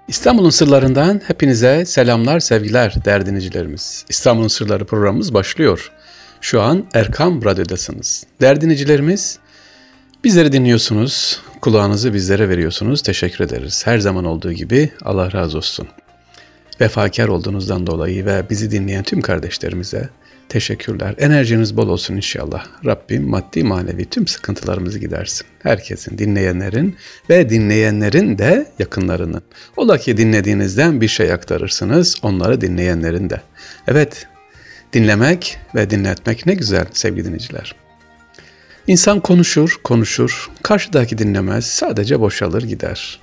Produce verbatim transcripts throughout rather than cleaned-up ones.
İstanbul'un sırlarından hepinize selamlar, sevgiler değerli dinleyicilerimiz. İstanbul'un Sırları programımız başlıyor. Şu an Erkam Radyo'dasınız. Değerli dinleyicilerimiz, bizleri dinliyorsunuz, kulağınızı bizlere veriyorsunuz. Teşekkür ederiz. Her zaman olduğu gibi Allah razı olsun. Vefakar olduğunuzdan dolayı ve bizi dinleyen tüm kardeşlerimize teşekkürler. Enerjiniz bol olsun inşallah. Rabbim maddi manevi tüm sıkıntılarımızı gidersin. Herkesin, dinleyenlerin ve dinleyenlerin de yakınlarının. Ola ki dinlediğinizden bir şey aktarırsınız, onları dinleyenlerin de. Evet, dinlemek ve dinletmek ne güzel sevgili dinleyiciler. İnsan konuşur, konuşur, karşıdaki dinlemez, sadece boşalır gider.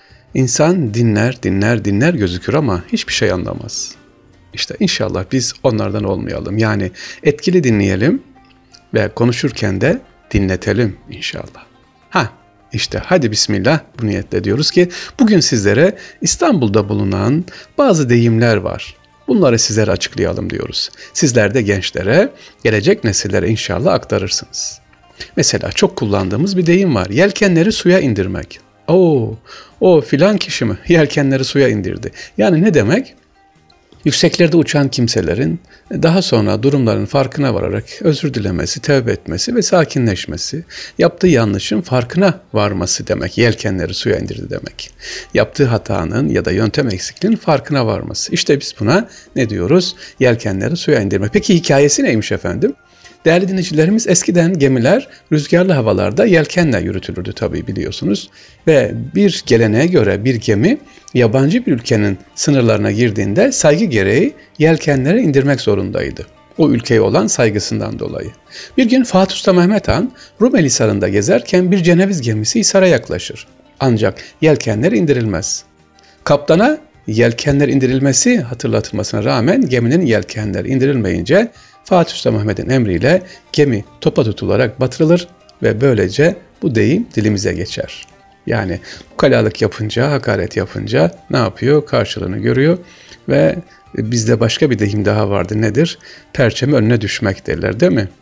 İnsan dinler, dinler, dinler gözükür ama hiçbir şey anlamaz. İşte inşallah biz onlardan olmayalım. Yani etkili dinleyelim ve konuşurken de dinletelim inşallah. Ha işte hadi bismillah bu niyetle diyoruz ki bugün sizlere İstanbul'da bulunan bazı deyimler var. Bunları sizlere açıklayalım diyoruz. Sizler de gençlere, gelecek nesillere inşallah aktarırsınız. Mesela çok kullandığımız bir deyim var. Yelkenleri suya indirmek. Oo, o filan kişi mi? Yelkenleri suya indirdi. Yani ne demek? Yükseklerde uçan kimselerin daha sonra durumların farkına vararak özür dilemesi, tövbe etmesi ve sakinleşmesi, yaptığı yanlışın farkına varması demek. Yelkenleri suya indirdi demek. Yaptığı hatanın ya da yöntem eksikliğinin farkına varması. İşte biz buna ne diyoruz? Yelkenleri suya indirme. Peki hikayesi neymiş efendim? Değerli dinleyicilerimiz, eskiden gemiler rüzgarlı havalarda yelkenle yürütülürdü tabii biliyorsunuz. Ve bir geleneğe göre bir gemi yabancı bir ülkenin sınırlarına girdiğinde saygı gereği yelkenleri indirmek zorundaydı. O ülkeye olan saygısından dolayı. Bir gün Fatih Sultan Mehmet Han Rumeli Hisarı'nda gezerken bir Ceneviz gemisi Hisar'a yaklaşır. Ancak yelkenler indirilmez. Kaptana yelkenler indirilmesi hatırlatılmasına rağmen geminin yelkenleri indirilmeyince Fatih Sultan Mehmet'in emriyle gemi topa tutularak batırılır ve böylece bu deyim dilimize geçer. Yani ukalalık yapınca, hakaret yapınca ne yapıyor? Karşılığını görüyor ve bizde başka bir deyim daha vardı. Nedir? Perçemi önüne düşmek derler değil mi?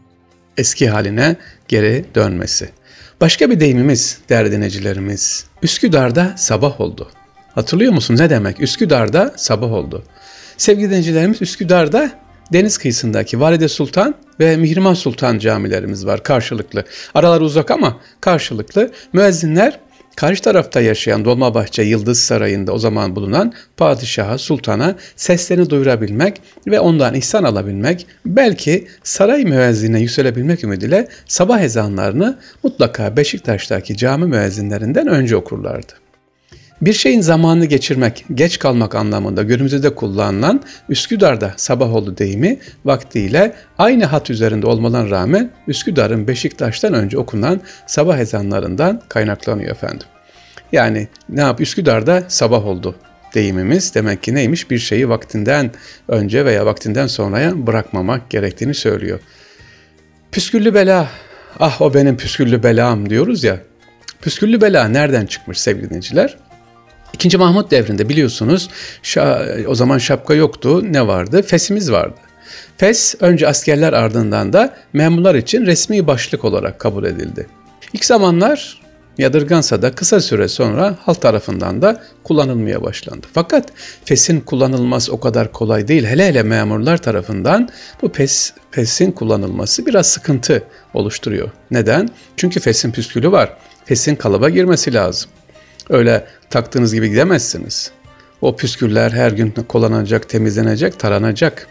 Eski haline geri dönmesi. Başka bir deyimimiz değerli dinleyicilerimiz. Üsküdar'da sabah oldu. Hatırlıyor musunuz ne demek? Üsküdar'da sabah oldu. Sevgili dinleyicilerimiz, Üsküdar'da deniz kıyısındaki Valide Sultan ve Mihrimah Sultan camilerimiz var karşılıklı. Aralar uzak ama karşılıklı. Müezzinler karşı tarafta yaşayan Dolmabahçe Yıldız Sarayı'nda o zaman bulunan padişaha, sultana seslerini duyurabilmek ve ondan ihsan alabilmek, belki saray müezzine yükselebilmek ümidiyle sabah ezanlarını mutlaka Beşiktaş'taki cami müezzinlerinden önce okurlardı. Bir şeyin zamanını geçirmek, geç kalmak anlamında günümüzde kullanılan Üsküdar'da sabah oldu deyimi vaktiyle aynı hat üzerinde olmalarına rağmen Üsküdar'ın Beşiktaş'tan önce okunan sabah ezanlarından kaynaklanıyor efendim. Yani ne yap Üsküdar'da sabah oldu deyimimiz demek ki neymiş? Bir şeyi vaktinden önce veya vaktinden sonraya bırakmamak gerektiğini söylüyor. Püsküllü bela, ah o benim püsküllü belam diyoruz ya. Püsküllü bela nereden çıkmış sevgili dinleyiciler? İkinci Mahmut devrinde biliyorsunuz o zaman şapka yoktu. Ne vardı? Fesimiz vardı. Fes önce askerler ardından da memurlar için resmi başlık olarak kabul edildi. İlk zamanlar yadırgansa da kısa süre sonra halk tarafından da kullanılmaya başlandı. Fakat fesin kullanılması o kadar kolay değil. Hele hele memurlar tarafından bu fes, fesin kullanılması biraz sıkıntı oluşturuyor. Neden? Çünkü fesin püskülü var. Fesin kalıba girmesi lazım. Öyle taktığınız gibi gidemezsiniz. O püsküller her gün kullanılacak, temizlenecek, taranacak.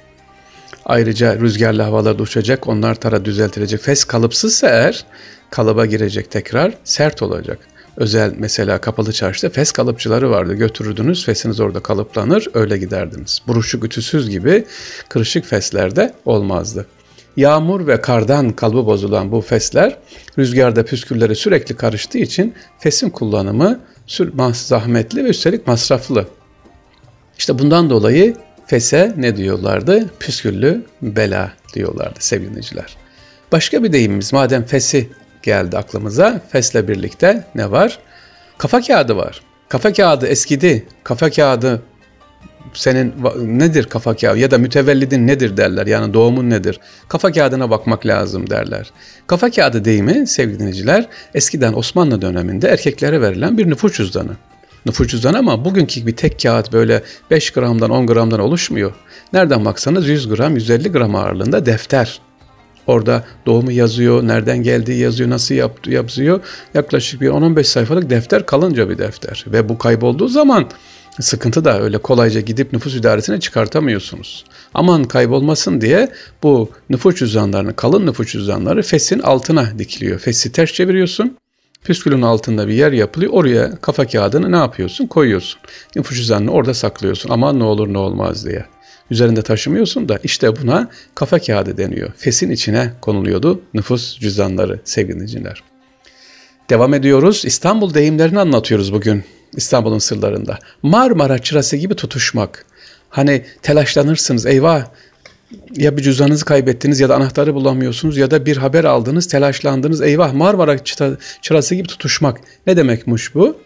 Ayrıca rüzgarlı havalarda uçacak, onlar tara düzeltilecek. Fes kalıpsızsa eğer kalıba girecek tekrar, sert olacak. Özel mesela kapalı çarşıda fes kalıpçıları vardı. Götürürdünüz, fesiniz orada kalıplanır, öyle giderdiniz. Buruşuk ütüsüz gibi kırışık feslerde olmazdı. Yağmur ve kardan kalıbı bozulan bu fesler rüzgarda püskülleri sürekli karıştığı için fesin kullanımı zahmetli ve üstelik masraflı. İşte bundan dolayı fese ne diyorlardı? Püsküllü bela diyorlardı sevgili dinleyiciler. Başka bir deyimimiz madem fesi geldi aklımıza, fesle birlikte ne var? Kafa kağıdı var. Kafa kağıdı eskidi. Kafa kağıdı senin nedir kafa kağıdı ya da mütevellidin nedir derler. Yani doğumun nedir? Kafa kağıdına bakmak lazım derler. Kafa kağıdı deyimi sevgili dinleyiciler eskiden Osmanlı döneminde erkeklere verilen bir nüfus cüzdanı. nüfus cüzdanı ama bugünkü gibi tek kağıt böyle beş gramdan on gramdan oluşmuyor. Nereden baksanız yüz gram yüz elli gram ağırlığında defter. Orada doğumu yazıyor, nereden geldiği yazıyor, nasıl yaptı yazıyor. Yaklaşık bir on on beş sayfalık defter, kalınca bir defter. Ve bu kaybolduğu zaman sıkıntı da, öyle kolayca gidip nüfus idaresine çıkartamıyorsunuz. Aman kaybolmasın diye bu nüfus cüzdanlarını, kalın nüfus cüzdanları fesin altına dikiliyor. Fesi ters çeviriyorsun. Püskülün altında bir yer yapılıyor. Oraya kafa kağıdını ne yapıyorsun? Koyuyorsun. Nüfus cüzdanını orada saklıyorsun. Aman ne olur ne olmaz diye. Üzerinde taşımıyorsun da işte buna kafa kağıdı deniyor. Fesin içine konuluyordu nüfus cüzdanları sevgili dinleyiciler. Devam ediyoruz. İstanbul deyimlerini anlatıyoruz bugün. İstanbul'un sırlarında. Marmara çırası gibi tutuşmak. Hani telaşlanırsınız, eyvah ya bir cüzdanınızı kaybettiniz ya da anahtarı bulamıyorsunuz ya da bir haber aldınız, telaşlandınız, eyvah Marmara çırası gibi tutuşmak. Ne demekmiş bu?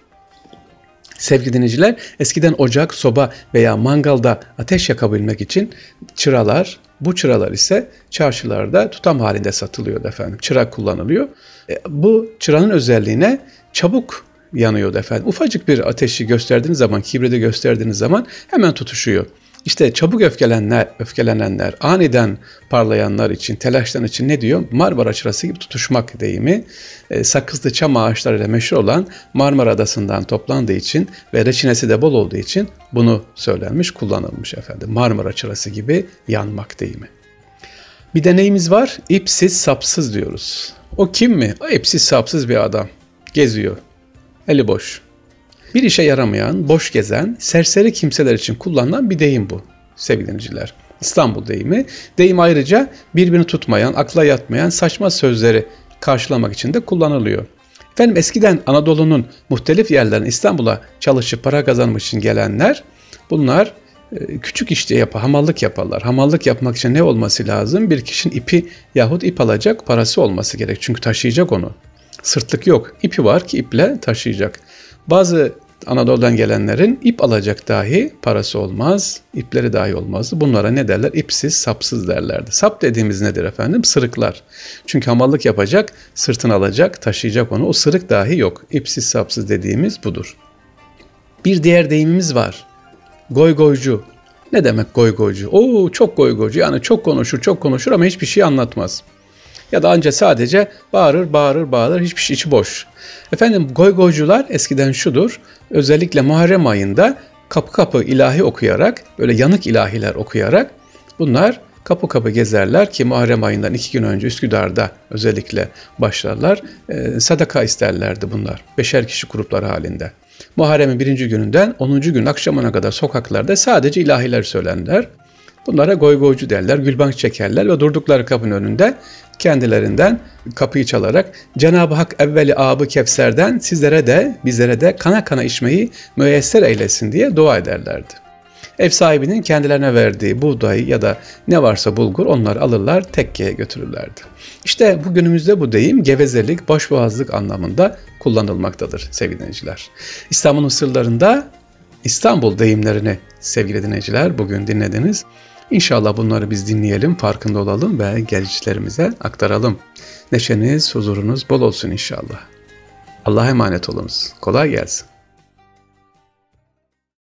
Sevgili dinleyiciler, eskiden ocak, soba veya mangalda ateş yakabilmek için çıralar, bu çıralar ise çarşılarda tutam halinde satılıyordu efendim. Çıra kullanılıyor. E, bu çıranın özelliğine çabuk yanıyordu efendim. Ufacık bir ateşi gösterdiğiniz zaman, kibriti gösterdiğiniz zaman hemen tutuşuyor. İşte çabuk öfkelenenler, öfkelenenler, aniden parlayanlar için, telaşlan için ne diyor? Marmara çırası gibi tutuşmak deyimi, e, sakızlı çam ağaçlarıyla meşhur olan Marmara Adası'ndan toplandığı için ve reçinesi de bol olduğu için bunu söylenmiş, kullanılmış efendim. Marmara çırası gibi yanmak deyimi. Bir de neyimiz var? İpsiz sapsız diyoruz. O kim mi? O ipsiz sapsız bir adam. Geziyor. Eli boş. Bir işe yaramayan, boş gezen, serseri kimseler için kullanılan bir deyim bu sevgili dinleyiciler. İstanbul deyimi. Deyim ayrıca birbirini tutmayan, akla yatmayan saçma sözleri karşılamak için de kullanılıyor. Efendim eskiden Anadolu'nun muhtelif yerlerine İstanbul'a çalışıp para kazanmak için gelenler, bunlar küçük işte yapar, hamallık yaparlar. Hamallık yapmak için ne olması lazım? Bir kişinin ipi yahut ip alacak parası olması gerek. Çünkü taşıyacak onu. Sırtlık yok. İpi var ki iple taşıyacak. Bazı Anadolu'dan gelenlerin ip alacak dahi parası olmaz, ipleri dahi olmazdı. Bunlara ne derler? İpsiz, sapsız derlerdi. Sap dediğimiz nedir efendim? Sırıklar. Çünkü hamallık yapacak, sırtını alacak, taşıyacak onu. O sırık dahi yok. İpsiz, sapsız dediğimiz budur. Bir diğer deyimimiz var. Goygoycu. Ne demek goygoycu? Oo, çok goygoycu. Yani çok konuşur, çok konuşur ama hiçbir şey anlatmaz. Ya da ancak sadece bağırır, bağırır, bağırır, hiçbir şey içi boş. Efendim goygoycular eskiden şudur, özellikle Muharrem ayında kapı kapı ilahi okuyarak, böyle yanık ilahiler okuyarak bunlar kapı kapı gezerler ki Muharrem ayından iki gün önce Üsküdar'da özellikle başlarlar. E, sadaka isterlerdi bunlar, beşer kişi grupları halinde. Muharrem'in birinci gününden onuncu gün akşamına kadar sokaklarda sadece ilahiler söylerler. Bunlara goygoycu derler, gülbank çekerler ve durdukları kapının önünde kendilerinden kapıyı çalarak Cenab-ı Hak evveli abı Kevser'den sizlere de bizlere de kana kana içmeyi müyesser eylesin diye dua ederlerdi. Ev sahibinin kendilerine verdiği buğday ya da ne varsa bulgur onları alırlar tekkeye götürürlerdi. İşte bugünümüzde bu deyim gevezelik, boşboğazlık anlamında kullanılmaktadır sevgili dinleyiciler. İstanbul'un sırlarında İstanbul deyimlerini sevgili dinleyiciler bugün dinlediniz. İnşallah bunları biz dinleyelim, farkında olalım ve gelişlerimize aktaralım. Neşeniz, huzurunuz bol olsun inşallah. Allah'a emanet olunuz. Kolay gelsin.